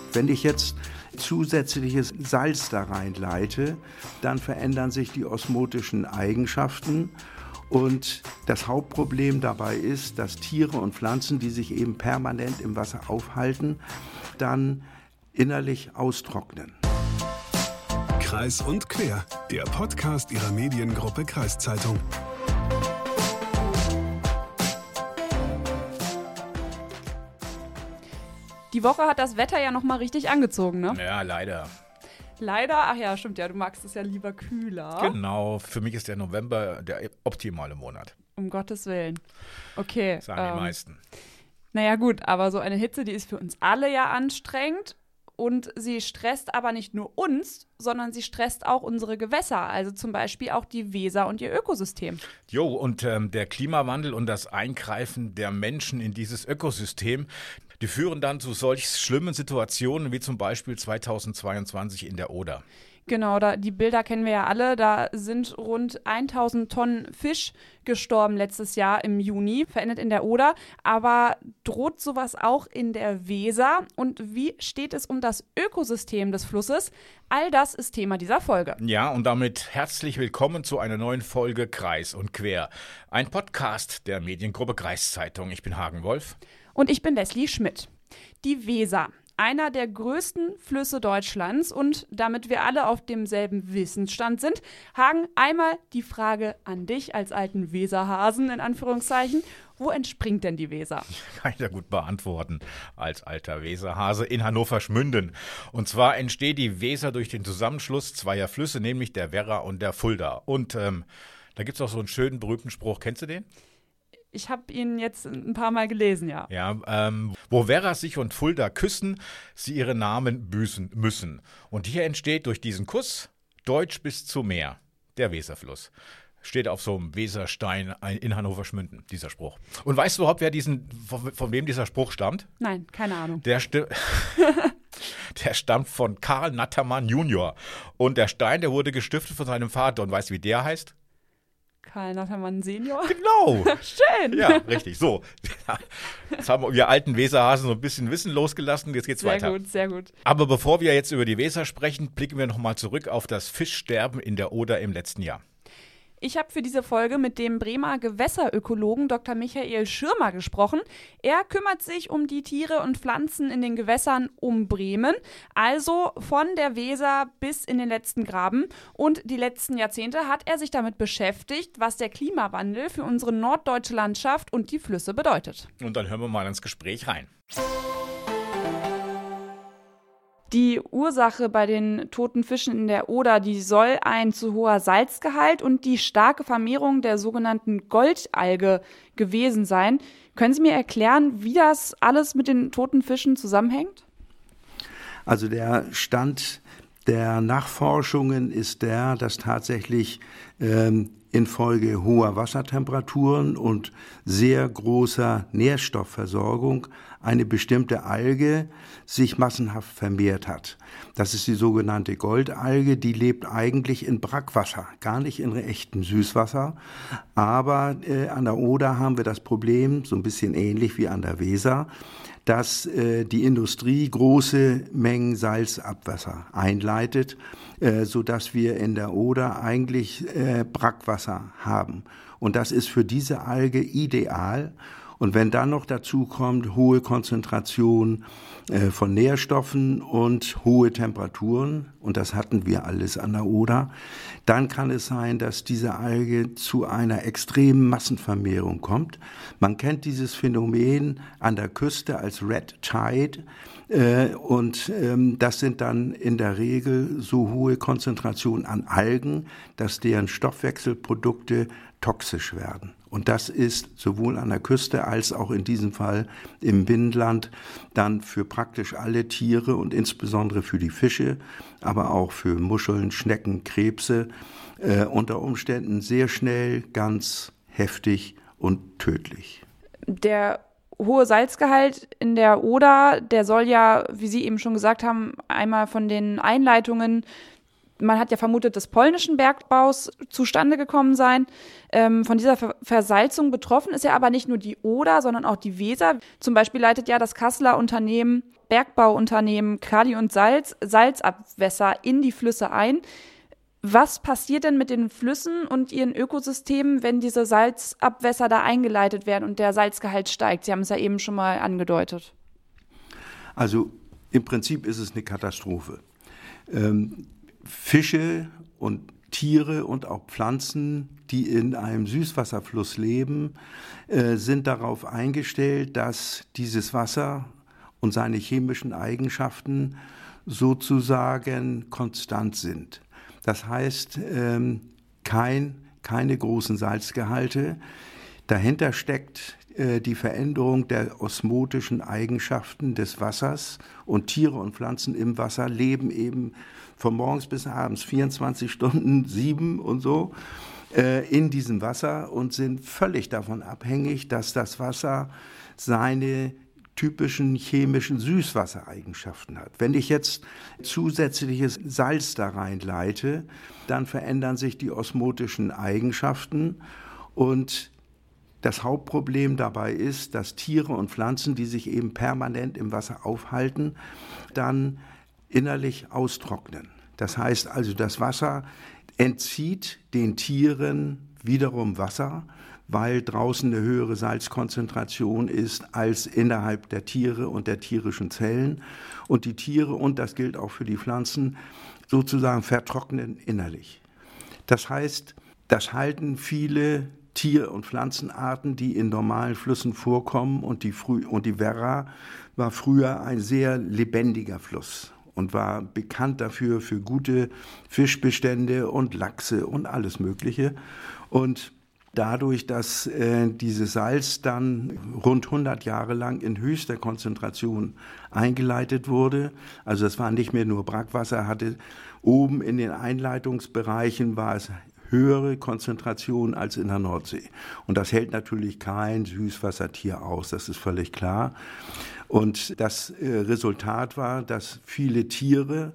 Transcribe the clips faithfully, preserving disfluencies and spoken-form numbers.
Wenn ich jetzt zusätzliches Salz da reinleite, dann verändern sich die osmotischen Eigenschaften. Und das Hauptproblem dabei ist, dass Tiere und Pflanzen, die sich eben permanent im Wasser aufhalten, dann innerlich austrocknen. Kreis und Quer, der Podcast Ihrer Mediengruppe Kreiszeitung. Die Woche hat das Wetter ja noch mal richtig angezogen, ne? Ja, leider. Leider? Ach ja, stimmt ja, du magst es ja lieber kühler. Genau, für mich ist der November der optimale Monat. Um Gottes Willen. Okay. Sagen ähm, die meisten. Naja gut, aber so eine Hitze, die ist für uns alle ja anstrengend. Und sie stresst aber nicht nur uns, sondern sie stresst auch unsere Gewässer, also zum Beispiel auch die Weser und ihr Ökosystem. Jo, und ähm, der Klimawandel und das Eingreifen der Menschen in dieses Ökosystem, die führen dann zu solch schlimmen Situationen wie zum Beispiel zweitausendzweiundzwanzig in der Oder. Genau, da, die Bilder kennen wir ja alle. Da sind rund tausend Tonnen Fisch gestorben letztes Jahr im Juni, verendet in der Oder. Aber droht sowas auch in der Weser? Und wie steht es um das Ökosystem des Flusses? All das ist Thema dieser Folge. Ja, und damit herzlich willkommen zu einer neuen Folge Kreis und Quer. Ein Podcast der Mediengruppe Kreiszeitung. Ich bin Hagen Wolf. Und ich bin Leslie Schmidt. Die Weser. Einer der größten Flüsse Deutschlands, und damit wir alle auf demselben Wissensstand sind, Hagen, einmal die Frage an dich als alten Weserhasen in Anführungszeichen. Wo entspringt denn die Weser? Kann ich ja gut beantworten, als alter Weserhase in Hannover-Schmünden. Und zwar entsteht die Weser durch den Zusammenschluss zweier Flüsse, nämlich der Werra und der Fulda. Und ähm, da gibt es auch so einen schönen, berühmten Spruch. Kennst du den? Ich habe ihn jetzt ein paar Mal gelesen, ja. Ja, ähm, wo Werra sich und Fulda küssen, sie ihre Namen büßen müssen. Und hier entsteht durch diesen Kuss Deutsch bis zum Meer, der Weserfluss. Steht auf so einem Weserstein in Hannover-Schmünden, dieser Spruch. Und weißt du überhaupt, wer diesen, von, von wem dieser Spruch stammt? Nein, keine Ahnung. Der, sti- der stammt von Karl Nattermann Junior. Und der Stein, der wurde gestiftet von seinem Vater. Und weißt du, wie der heißt? Karl Nattermann Senior. Genau. Schön. Ja, richtig. So, jetzt haben wir alten Weserhasen so ein bisschen Wissen losgelassen. Jetzt geht's sehr weiter. Sehr gut, sehr gut. Aber bevor wir jetzt über die Weser sprechen, blicken wir nochmal zurück auf das Fischsterben in der Oder im letzten Jahr. Ich habe für diese Folge mit dem Bremer Gewässerökologen Doktor Michael Schirmer gesprochen. Er kümmert sich um die Tiere und Pflanzen in den Gewässern um Bremen, also von der Weser bis in den letzten Graben. Und die letzten Jahrzehnte hat er sich damit beschäftigt, was der Klimawandel für unsere norddeutsche Landschaft und die Flüsse bedeutet. Und dann hören wir mal ins Gespräch rein. Die Ursache bei den toten Fischen in der Oder, die soll ein zu hoher Salzgehalt und die starke Vermehrung der sogenannten Goldalge gewesen sein. Können Sie mir erklären, wie das alles mit den toten Fischen zusammenhängt? Also der Stand der Nachforschungen ist der, dass tatsächlich ähm, infolge hoher Wassertemperaturen und sehr großer Nährstoffversorgung eine bestimmte Alge sich massenhaft vermehrt hat. Das ist die sogenannte Goldalge, die lebt eigentlich in Brackwasser, gar nicht in echtem Süßwasser. Aber äh, an der Oder haben wir das Problem, so ein bisschen ähnlich wie an der Weser, dass äh, die Industrie große Mengen Salzabwasser einleitet, äh, sodass wir in der Oder eigentlich äh, Brackwasser haben. Und das ist für diese Alge ideal. Und wenn dann noch dazu kommt hohe Konzentration äh, von Nährstoffen und hohe Temperaturen, und das hatten wir alles an der Oder, dann kann es sein, dass diese Alge zu einer extremen Massenvermehrung kommt. Man kennt dieses Phänomen an der Küste als Red Tide. Äh, und ähm, das sind dann in der Regel so hohe Konzentrationen an Algen, dass deren Stoffwechselprodukte toxisch werden. Und das ist sowohl an der Küste als auch in diesem Fall im Binnenland dann für praktisch alle Tiere und insbesondere für die Fische, aber auch für Muscheln, Schnecken, Krebse äh, unter Umständen sehr schnell, ganz heftig und tödlich. Der hohe Salzgehalt in der Oder, der soll ja, wie Sie eben schon gesagt haben, einmal von den Einleitungen, man hat ja vermutet, des polnischen Bergbaus zustande gekommen sein. Ähm, von dieser Ver- Versalzung betroffen ist ja aber nicht nur die Oder, sondern auch die Weser. Zum Beispiel leitet ja das Kasseler Unternehmen Bergbauunternehmen Kali und Salz Salzabwässer in die Flüsse ein. Was passiert denn mit den Flüssen und ihren Ökosystemen, wenn diese Salzabwässer da eingeleitet werden und der Salzgehalt steigt? Sie haben es ja eben schon mal angedeutet. Also im Prinzip ist es eine Katastrophe. Ähm, Fische und Tiere und auch Pflanzen, die in einem Süßwasserfluss leben, äh, sind darauf eingestellt, dass dieses Wasser und seine chemischen Eigenschaften sozusagen konstant sind. Das heißt, ähm, kein, keine großen Salzgehalte. Dahinter steckt äh, die Veränderung der osmotischen Eigenschaften des Wassers, und Tiere und Pflanzen im Wasser leben eben von morgens bis abends, vierundzwanzig Stunden, sieben und so, äh, in diesem Wasser und sind völlig davon abhängig, dass das Wasser seine typischen chemischen Süßwassereigenschaften hat. Wenn ich jetzt zusätzliches Salz da reinleite, dann verändern sich die osmotischen Eigenschaften, und das Hauptproblem dabei ist, dass Tiere und Pflanzen, die sich eben permanent im Wasser aufhalten, dann innerlich austrocknen. Das heißt also, das Wasser entzieht den Tieren wiederum Wasser, weil draußen eine höhere Salzkonzentration ist als innerhalb der Tiere und der tierischen Zellen. Und die Tiere, und das gilt auch für die Pflanzen, sozusagen vertrocknen innerlich. Das heißt, das halten viele Tier- und Pflanzenarten, die in normalen Flüssen vorkommen, und die, Frü- und die Werra war früher ein sehr lebendiger Fluss und war bekannt dafür für gute Fischbestände und Lachse und alles Mögliche. Und dadurch, dass äh, dieses Salz dann rund hundert Jahre lang in höchster Konzentration eingeleitet wurde, also es war nicht mehr nur Brackwasser, hatte oben in den Einleitungsbereichen war es höhere Konzentration als in der Nordsee. Und das hält natürlich kein Süßwassertier aus, das ist völlig klar. Und das äh, Resultat war, dass viele Tiere,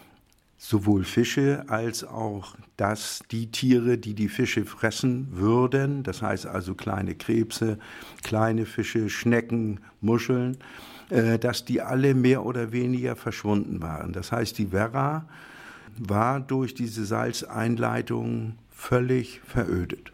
sowohl Fische als auch dass die Tiere, die die Fische fressen würden, das heißt also kleine Krebse, kleine Fische, Schnecken, Muscheln, äh, dass die alle mehr oder weniger verschwunden waren. Das heißt, die Werra war durch diese Salzeinleitung völlig verödet.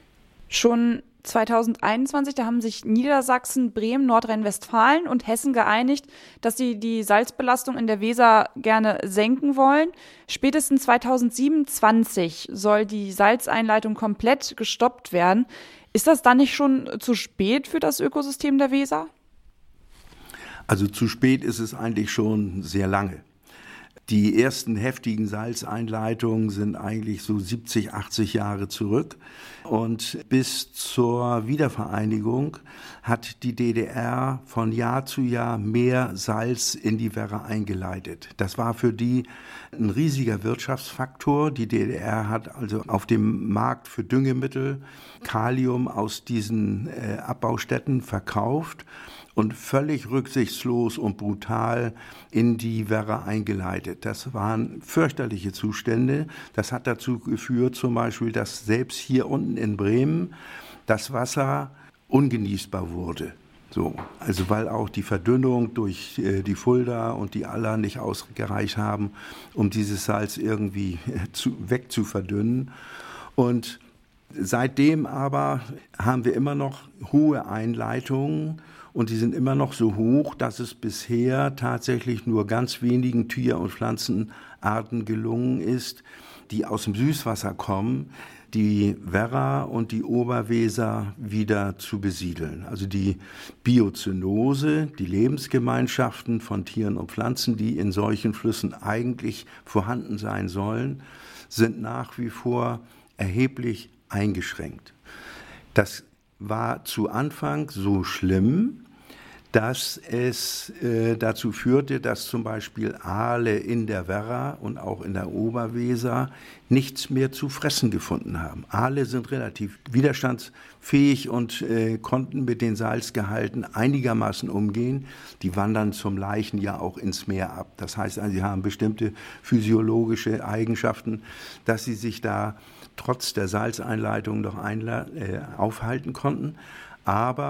Schon zweitausendeinundzwanzig, da haben sich Niedersachsen, Bremen, Nordrhein-Westfalen und Hessen geeinigt, dass sie die Salzbelastung in der Weser gerne senken wollen. Spätestens zweitausendsiebenundzwanzig soll die Salzeinleitung komplett gestoppt werden. Ist das dann nicht schon zu spät für das Ökosystem der Weser? Also zu spät ist es eigentlich schon sehr lange. Die ersten heftigen Salzeinleitungen sind eigentlich so siebzig, achtzig Jahre zurück. Und bis zur Wiedervereinigung hat die D D R von Jahr zu Jahr mehr Salz in die Werra eingeleitet. Das war für die ein riesiger Wirtschaftsfaktor. Die D D R hat also auf dem Markt für Düngemittel Kalium aus diesen äh, Abbaustätten verkauft und völlig rücksichtslos und brutal in die Werra eingeleitet. Das waren fürchterliche Zustände. Das hat dazu geführt zum Beispiel, dass selbst hier unten in Bremen das Wasser ungenießbar wurde. So, also weil auch die Verdünnung durch äh, die Fulda und die Aller nicht ausgereicht haben, um dieses Salz irgendwie äh, zu, wegzuverdünnen. Und seitdem aber haben wir immer noch hohe Einleitungen, und die sind immer noch so hoch, dass es bisher tatsächlich nur ganz wenigen Tier- und Pflanzenarten gelungen ist, die aus dem Süßwasser kommen, die Werra und die Oberweser wieder zu besiedeln. Also die Biozönose, die Lebensgemeinschaften von Tieren und Pflanzen, die in solchen Flüssen eigentlich vorhanden sein sollen, sind nach wie vor erheblich eingeschränkt. Das war zu Anfang so schlimm, dass es äh, dazu führte, dass zum Beispiel Aale in der Werra und auch in der Oberweser nichts mehr zu fressen gefunden haben. Aale sind relativ widerstandsfähig und äh, konnten mit den Salzgehalten einigermaßen umgehen. Die wandern zum Laichen ja auch ins Meer ab. Das heißt, also, sie haben bestimmte physiologische Eigenschaften, dass sie sich da trotz der Salzeinleitung noch einla- äh, aufhalten konnten. Aber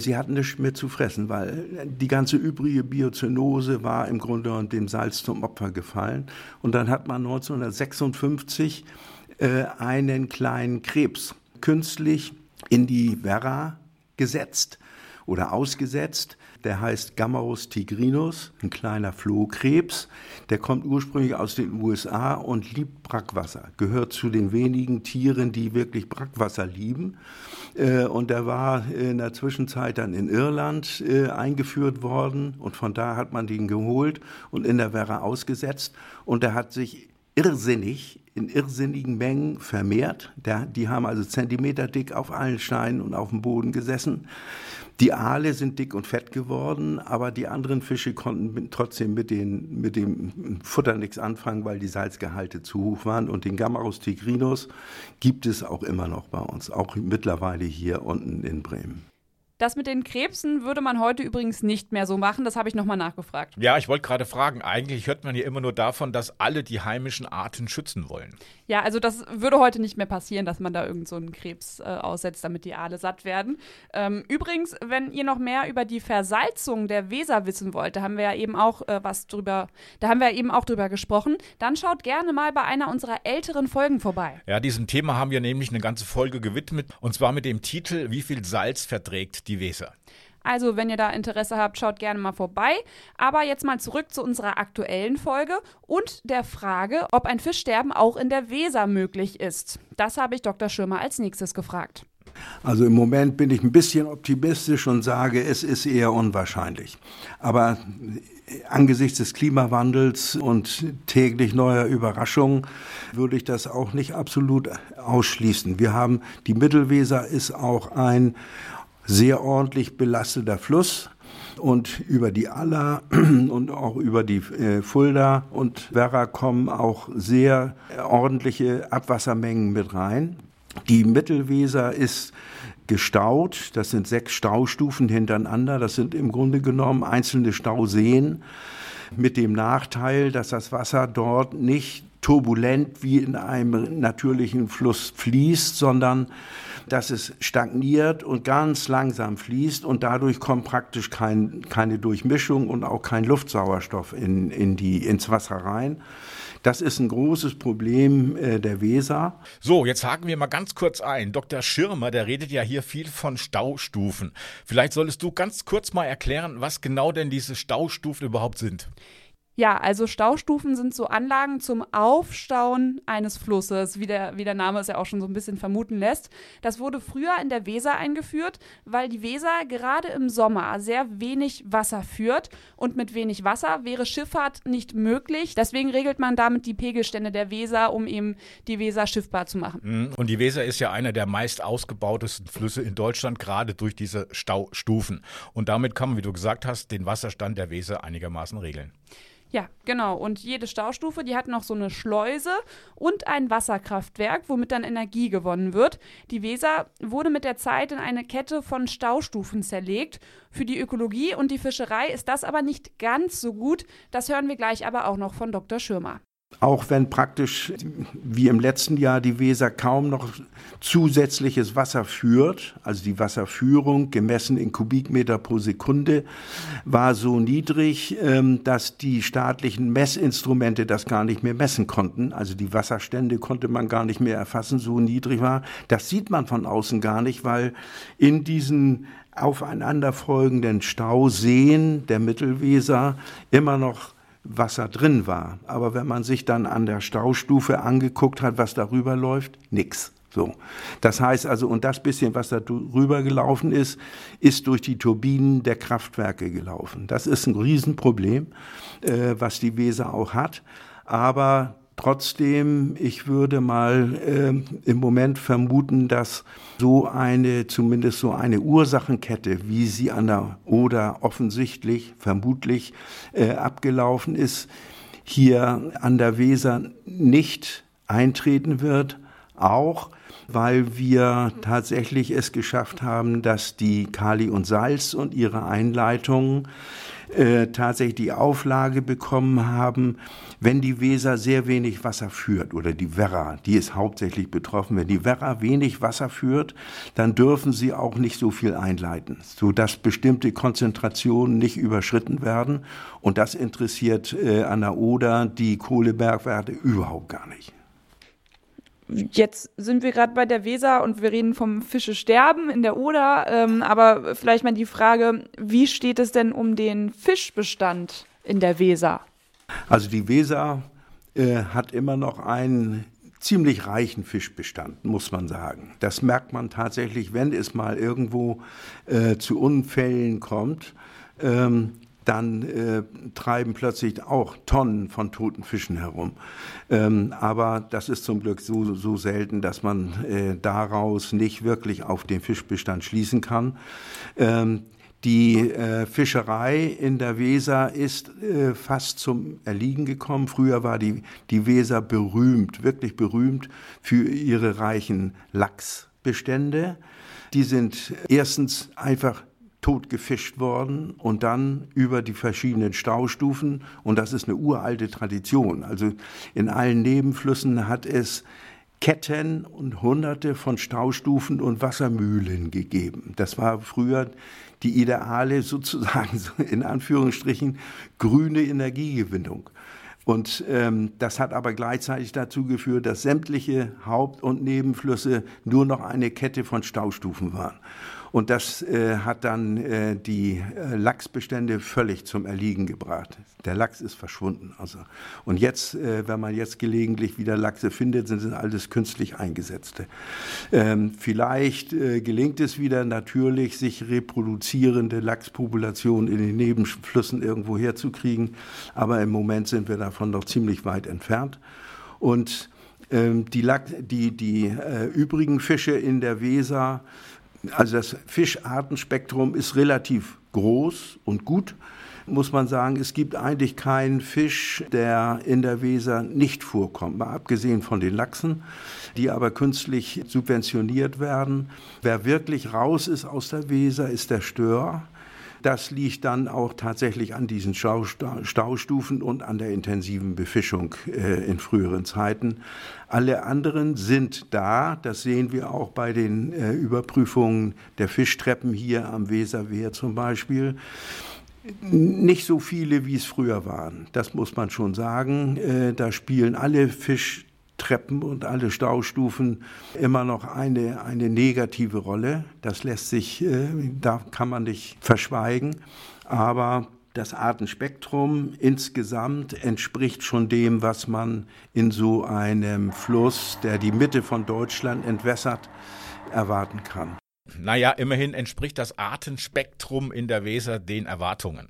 Sie hatten nichts mehr zu fressen, weil die ganze übrige Biozönose war im Grunde genommen dem Salz zum Opfer gefallen. Und dann hat man neunzehnhundertsechsundfünfzig äh, einen kleinen Krebs künstlich in die Werra gesetzt oder ausgesetzt. Der heißt Gammarus tigrinus, ein kleiner Flohkrebs. Der kommt ursprünglich aus den U S A und liebt Brackwasser. Gehört zu den wenigen Tieren, die wirklich Brackwasser lieben. Und der war in der Zwischenzeit dann in Irland eingeführt worden. Und von da hat man den geholt und in der Werra ausgesetzt. Und der hat sich irrsinnig, in irrsinnigen Mengen vermehrt. Der, die haben also zentimeterdick auf allen Steinen und auf dem Boden gesessen. Die Aale sind dick und fett geworden, aber die anderen Fische konnten trotzdem mit, den, mit dem Futter nichts anfangen, weil die Salzgehalte zu hoch waren. Und den Gammarus tigrinus gibt es auch immer noch bei uns, auch mittlerweile hier unten in Bremen. Das mit den Krebsen würde man heute übrigens nicht mehr so machen. Das habe ich nochmal nachgefragt. Ja, ich wollte gerade fragen, eigentlich hört man hier immer nur davon, dass alle die heimischen Arten schützen wollen. Ja, also das würde heute nicht mehr passieren, dass man da irgend so einen Krebs äh, aussetzt, damit die Aale satt werden. Ähm, übrigens, wenn ihr noch mehr über die Versalzung der Weser wissen wollt, da haben wir ja eben auch äh, was drüber, da haben wir ja eben auch drüber gesprochen, dann schaut gerne mal bei einer unserer älteren Folgen vorbei. Ja, diesem Thema haben wir nämlich eine ganze Folge gewidmet, und zwar mit dem Titel "Wie viel Salz verträgt die Weser?" Also, wenn ihr da Interesse habt, schaut gerne mal vorbei. Aber jetzt mal zurück zu unserer aktuellen Folge und der Frage, ob ein Fischsterben auch in der Weser möglich ist. Das habe ich Doktor Schirmer als nächstes gefragt. Also im Moment bin ich ein bisschen optimistisch und sage, es ist eher unwahrscheinlich. Aber angesichts des Klimawandels und täglich neuer Überraschungen würde ich das auch nicht absolut ausschließen. Wir haben, die Mittelweser ist auch ein sehr ordentlich belasteter Fluss, und über die Aller und auch über die äh, Fulda und Werra kommen auch sehr ordentliche Abwassermengen mit rein. Die Mittelweser ist gestaut, das sind sechs Staustufen hintereinander, das sind im Grunde genommen einzelne Stauseen, mit dem Nachteil, dass das Wasser dort nicht turbulent wie in einem natürlichen Fluss fließt, sondern dass es stagniert und ganz langsam fließt, und dadurch kommt praktisch kein, keine Durchmischung und auch kein Luftsauerstoff in, in die, ins Wasser rein. Das ist ein großes Problem äh, der Weser. So, jetzt haken wir mal ganz kurz ein. Doktor Schirmer, der redet ja hier viel von Staustufen. Vielleicht solltest du ganz kurz mal erklären, was genau denn diese Staustufen überhaupt sind. Ja, also Staustufen sind so Anlagen zum Aufstauen eines Flusses, wie der, wie der Name es ja auch schon so ein bisschen vermuten lässt. Das wurde früher in der Weser eingeführt, weil die Weser gerade im Sommer sehr wenig Wasser führt, und mit wenig Wasser wäre Schifffahrt nicht möglich. Deswegen regelt man damit die Pegelstände der Weser, um eben die Weser schiffbar zu machen. Und die Weser ist ja einer der meist ausgebautesten Flüsse in Deutschland, gerade durch diese Staustufen. Und damit kann man, wie du gesagt hast, den Wasserstand der Weser einigermaßen regeln. Ja, genau. Und jede Staustufe, die hat noch so eine Schleuse und ein Wasserkraftwerk, womit dann Energie gewonnen wird. Die Weser wurde mit der Zeit in eine Kette von Staustufen zerlegt. Für die Ökologie und die Fischerei ist das aber nicht ganz so gut. Das hören wir gleich aber auch noch von Doktor Schirmer. Auch wenn praktisch wie im letzten Jahr die Weser kaum noch zusätzliches Wasser führt, also die Wasserführung gemessen in Kubikmeter pro Sekunde war so niedrig, dass die staatlichen Messinstrumente das gar nicht mehr messen konnten. Also die Wasserstände konnte man gar nicht mehr erfassen, so niedrig war. Das sieht man von außen gar nicht, weil in diesen aufeinanderfolgenden Stauseen der Mittelweser immer noch Wasser drin war. Aber wenn man sich dann an der Staustufe angeguckt hat, was darüber läuft, nix. So. Das heißt also, und das bisschen, was da drüber gelaufen ist, ist durch die Turbinen der Kraftwerke gelaufen. Das ist ein Riesenproblem, äh, was die Weser auch hat. Aber trotzdem, ich würde mal äh, im Moment vermuten, dass so eine, zumindest so eine Ursachenkette, wie sie an der Oder offensichtlich, vermutlich äh, abgelaufen ist, hier an der Weser nicht eintreten wird. Auch weil wir tatsächlich es geschafft haben, dass die Kali und Salz und ihre Einleitungen äh, tatsächlich die Auflage bekommen haben, wenn die Weser sehr wenig Wasser führt oder die Werra, die ist hauptsächlich betroffen, wenn die Werra wenig Wasser führt, dann dürfen sie auch nicht so viel einleiten, sodass bestimmte Konzentrationen nicht überschritten werden. Und das interessiert äh, an der Oder die Kohlebergwerke überhaupt gar nicht. Jetzt sind wir gerade bei der Weser und wir reden vom Fischesterben in der Oder, ähm, aber vielleicht mal die Frage, wie steht es denn um den Fischbestand in der Weser? Also die Weser äh, hat immer noch einen ziemlich reichen Fischbestand, muss man sagen. Das merkt man tatsächlich, wenn es mal irgendwo äh, zu Unfällen kommt. Ähm, dann äh, treiben plötzlich auch Tonnen von toten Fischen herum. Ähm, aber das ist zum Glück so, so selten, dass man äh, daraus nicht wirklich auf den Fischbestand schließen kann. Ähm, die äh, Fischerei in der Weser ist äh, fast zum Erliegen gekommen. Früher war die, die Weser berühmt, wirklich berühmt für ihre reichen Lachsbestände. Die sind erstens einfach tot gefischt worden und dann über die verschiedenen Staustufen. Und das ist eine uralte Tradition. Also in allen Nebenflüssen hat es Ketten und Hunderte von Staustufen und Wassermühlen gegeben. Das war früher die ideale, sozusagen in Anführungsstrichen, grüne Energiegewinnung. Und ähm, das hat aber gleichzeitig dazu geführt, dass sämtliche Haupt- und Nebenflüsse nur noch eine Kette von Staustufen waren. Und das äh, hat dann äh, die äh, Lachsbestände völlig zum Erliegen gebracht. Der Lachs ist verschwunden. Also. Und jetzt, äh, wenn man jetzt gelegentlich wieder Lachse findet, sind es alles künstlich eingesetzte. Ähm, vielleicht äh, gelingt es wieder natürlich, sich reproduzierende Lachspopulationen in den Nebenflüssen irgendwo herzukriegen. Aber im Moment sind wir davon noch ziemlich weit entfernt. Und ähm, die, Lachs, die, die äh, übrigen Fische in der Weser, also das Fischartenspektrum ist relativ groß und gut, muss man sagen. Es gibt eigentlich keinen Fisch, der in der Weser nicht vorkommt, mal abgesehen von den Lachsen, die aber künstlich subventioniert werden. Wer wirklich raus ist aus der Weser, ist der Stör. Das liegt dann auch tatsächlich an diesen Staustufen und an der intensiven Befischung äh, in früheren Zeiten. Alle anderen sind da, das sehen wir auch bei den äh, Überprüfungen der Fischtreppen hier am Weserwehr zum Beispiel. Nicht so viele, wie es früher waren, das muss man schon sagen. Äh, da spielen alle Fischtreppen und alle Staustufen immer noch eine, eine negative Rolle. Das lässt sich, äh, da kann man nicht verschweigen. Aber das Artenspektrum insgesamt entspricht schon dem, was man in so einem Fluss, der die Mitte von Deutschland entwässert, erwarten kann. Naja, immerhin entspricht das Artenspektrum in der Weser den Erwartungen.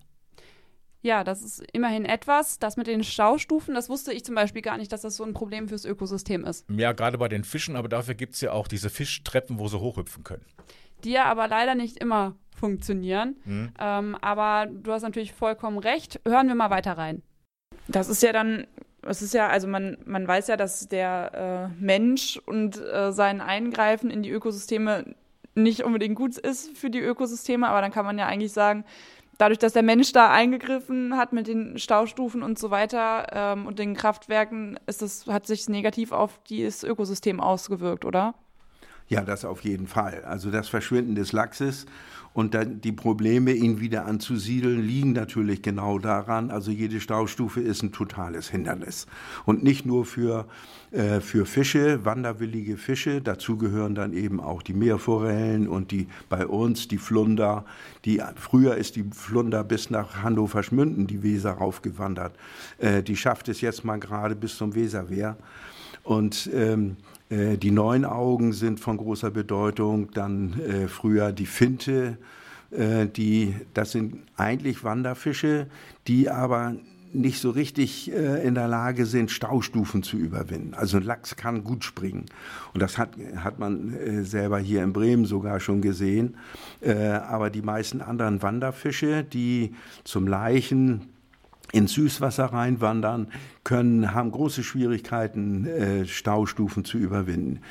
Ja, das ist immerhin etwas. Das mit den Staustufen, das wusste ich zum Beispiel gar nicht, dass das so ein Problem fürs Ökosystem ist. Ja, gerade bei den Fischen, aber dafür gibt es ja auch diese Fischtreppen, wo sie hochhüpfen können. Die ja aber leider nicht immer funktionieren. Mhm. Ähm, aber du hast natürlich vollkommen recht. Hören wir mal weiter rein. Das ist ja dann, es ist ja, also man, man weiß ja, dass der äh, Mensch und äh, sein Eingreifen in die Ökosysteme nicht unbedingt gut ist für die Ökosysteme, aber dann kann man ja eigentlich sagen, dadurch, dass der Mensch da eingegriffen hat mit den Staustufen und so weiter ähm, und den Kraftwerken, ist das, hat sich negativ auf das Ökosystem ausgewirkt, oder? Ja, das auf jeden Fall. Also das Verschwinden des Lachses und dann die Probleme, ihn wieder anzusiedeln, liegen natürlich genau daran. Also jede Staustufe ist ein totales Hindernis. Und nicht nur für, äh, für Fische, wanderwillige Fische. Dazu gehören dann eben auch die Meerforellen und die bei uns die Flunder. Die, früher ist die Flunder bis nach Hannover-Schmünden die Weser raufgewandert. Äh, die schafft es jetzt mal gerade bis zum Weserwehr. Und ähm, äh, die Neunaugen sind von großer Bedeutung. Dann äh, früher die Finte. Äh, die, das sind eigentlich Wanderfische, die aber nicht so richtig äh, in der Lage sind, Staustufen zu überwinden. Also ein Lachs kann gut springen. Und das hat, hat man äh, selber hier in Bremen sogar schon gesehen. Äh, aber die meisten anderen Wanderfische, die zum Laichen ins Süßwasser reinwandern, können, haben große Schwierigkeiten, äh, Staustufen zu überwinden.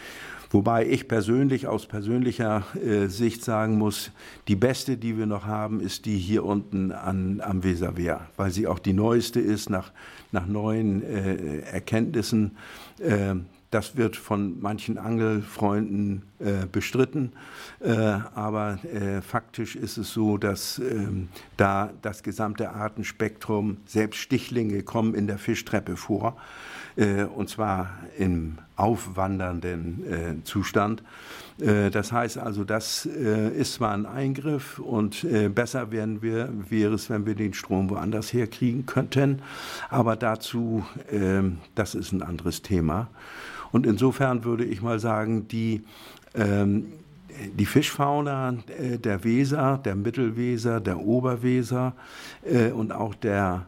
Wobei ich persönlich aus persönlicher äh, Sicht sagen muss, die beste, die wir noch haben, ist die hier unten an, am Weserwehr, weil sie auch die neueste ist nach, nach neuen äh, Erkenntnissen. Äh, Das wird von manchen Angelfreunden äh, bestritten, äh, aber äh, faktisch ist es so, dass äh, da das gesamte Artenspektrum, selbst Stichlinge kommen in der Fischtreppe vor, äh, und zwar im aufwandernden äh, Zustand. Äh, das heißt also, das äh, ist zwar ein Eingriff und äh, besser werden wir, wäre es, wenn wir den Strom woanders herkriegen könnten, aber dazu, äh, das ist ein anderes Thema. Und insofern würde ich mal sagen, die, ähm, die Fischfauna äh, der Weser, der Mittelweser, der Oberweser äh, und auch der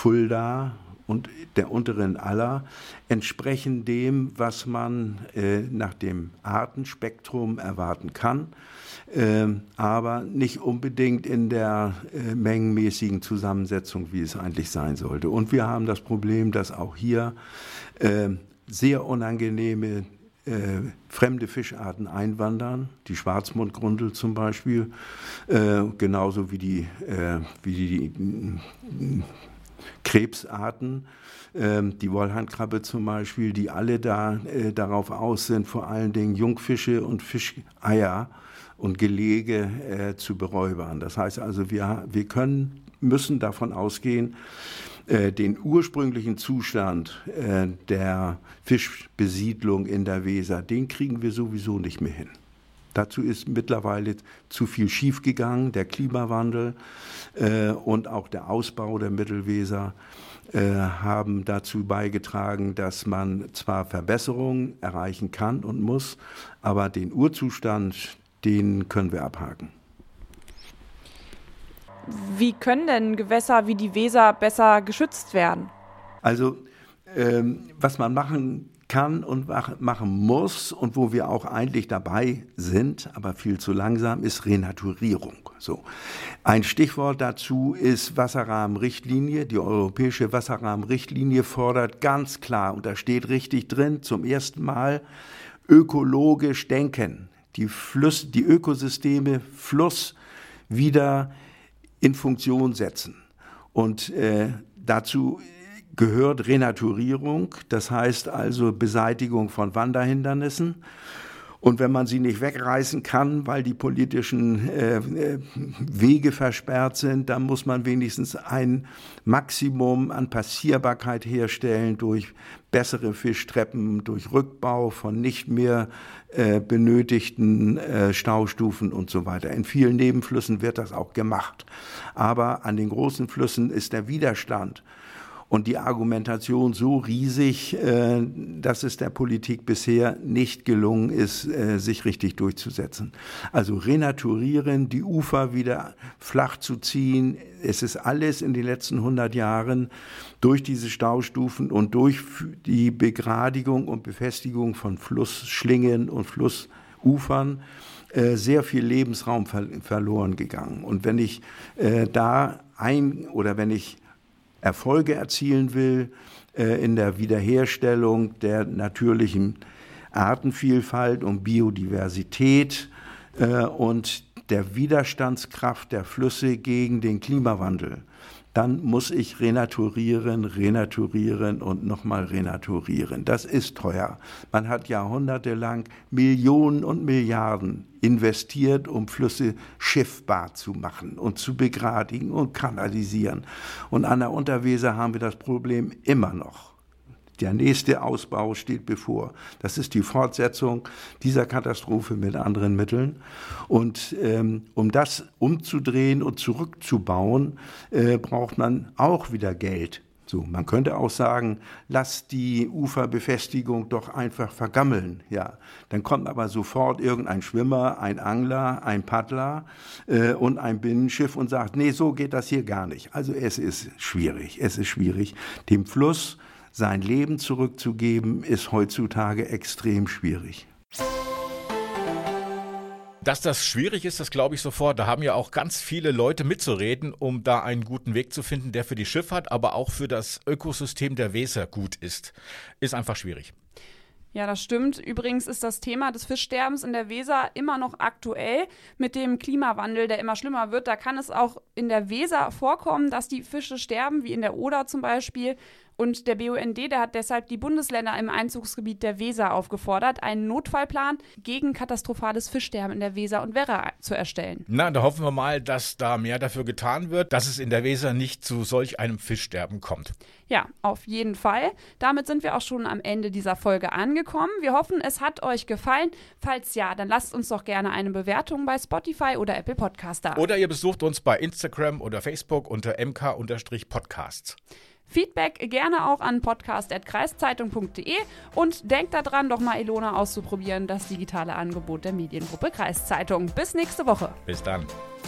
Fulda und der unteren Aller entsprechen dem, was man äh, nach dem Artenspektrum erwarten kann, äh, aber nicht unbedingt in der äh, mengenmäßigen Zusammensetzung, wie es eigentlich sein sollte. Und wir haben das Problem, dass auch hier äh, sehr unangenehme äh, fremde Fischarten einwandern, die Schwarzmundgrundel zum Beispiel, äh, genauso wie die, äh, wie die äh, Krebsarten, äh, die Wollhandkrabbe zum Beispiel, die alle da äh, darauf aus sind, vor allen Dingen Jungfische und Fischeier und Gelege äh, zu beräubern. Das heißt also, wir, wir können, müssen davon ausgehen, den ursprünglichen Zustand äh, der Fischbesiedlung in der Weser, den kriegen wir sowieso nicht mehr hin. Dazu ist mittlerweile zu viel schiefgegangen, der Klimawandel äh, und auch der Ausbau der Mittelweser äh, haben dazu beigetragen, dass man zwar Verbesserungen erreichen kann und muss, aber den Urzustand, den können wir abhaken. Wie können denn Gewässer wie die Weser besser geschützt werden? Also ähm, was man machen kann und mach, machen muss und wo wir auch eigentlich dabei sind, aber viel zu langsam, ist Renaturierung. So. Ein Stichwort dazu ist Wasserrahmenrichtlinie. Die europäische Wasserrahmenrichtlinie fordert ganz klar, und da steht richtig drin, zum ersten Mal ökologisch denken. Die, Fluss, die Ökosysteme Fluss wieder in Funktion setzen. Und äh, dazu gehört Renaturierung, das heißt also Beseitigung von Wanderhindernissen. Und wenn man sie nicht wegreißen kann, weil die politischen äh, Wege versperrt sind, dann muss man wenigstens ein Maximum an Passierbarkeit herstellen durch bessere Fischtreppen, durch Rückbau von nicht mehr äh, benötigten äh, Staustufen und so weiter. In vielen Nebenflüssen wird das auch gemacht. Aber an den großen Flüssen ist der Widerstand und die Argumentation so riesig, äh, dass es der Politik bisher nicht gelungen ist, äh, sich richtig durchzusetzen. Also renaturieren, die Ufer wieder flach zu ziehen. Es ist alles in den letzten hundert Jahren durch diese Staustufen und durch die Begradigung und Befestigung von Flussschlingen und Flussufern äh, sehr viel Lebensraum ver- verloren gegangen. Und wenn ich äh, da ein oder wenn ich Erfolge erzielen will äh, in der Wiederherstellung der natürlichen Artenvielfalt und Biodiversität äh, und der Widerstandskraft der Flüsse gegen den Klimawandel, dann muss ich renaturieren, renaturieren und nochmal renaturieren. Das ist teuer. Man hat jahrhundertelang Millionen und Milliarden investiert, um Flüsse schiffbar zu machen und zu begradigen und kanalisieren. Und an der Unterweser haben wir das Problem immer noch. Der nächste Ausbau steht bevor. Das ist die Fortsetzung dieser Katastrophe mit anderen Mitteln. Und ähm, um das umzudrehen und zurückzubauen, äh, braucht man auch wieder Geld. So, man könnte auch sagen, lass die Uferbefestigung doch einfach vergammeln. Ja, dann kommt aber sofort irgendein Schwimmer, ein Angler, ein Paddler äh, und ein Binnenschiff und sagt, nee, so geht das hier gar nicht. Also es ist schwierig, es ist schwierig, dem Fluss sein Leben zurückzugeben, ist heutzutage extrem schwierig. Dass das schwierig ist, das glaube ich sofort. Da haben ja auch ganz viele Leute mitzureden, um da einen guten Weg zu finden, der für die Schifffahrt, aber auch für das Ökosystem der Weser gut ist. Ist einfach schwierig. Ja, das stimmt. Übrigens ist das Thema des Fischsterbens in der Weser immer noch aktuell. Mit dem Klimawandel, der immer schlimmer wird, da kann es auch in der Weser vorkommen, dass die Fische sterben, wie in der Oder zum Beispiel. Und der B U N D, der hat deshalb die Bundesländer im Einzugsgebiet der Weser aufgefordert, einen Notfallplan gegen katastrophales Fischsterben in der Weser und Werra zu erstellen. Na, da hoffen wir mal, dass da mehr dafür getan wird, dass es in der Weser nicht zu solch einem Fischsterben kommt. Ja, auf jeden Fall. Damit sind wir auch schon am Ende dieser Folge angekommen. Wir hoffen, es hat euch gefallen. Falls ja, dann lasst uns doch gerne eine Bewertung bei Spotify oder Apple Podcast da. Oder ihr besucht uns bei Instagram oder Facebook unter m k Podcasts. Feedback gerne auch an podcast at kreiszeitung punkt de und denkt daran, doch mal Ilona auszuprobieren, das digitale Angebot der Mediengruppe Kreiszeitung. Bis nächste Woche. Bis dann.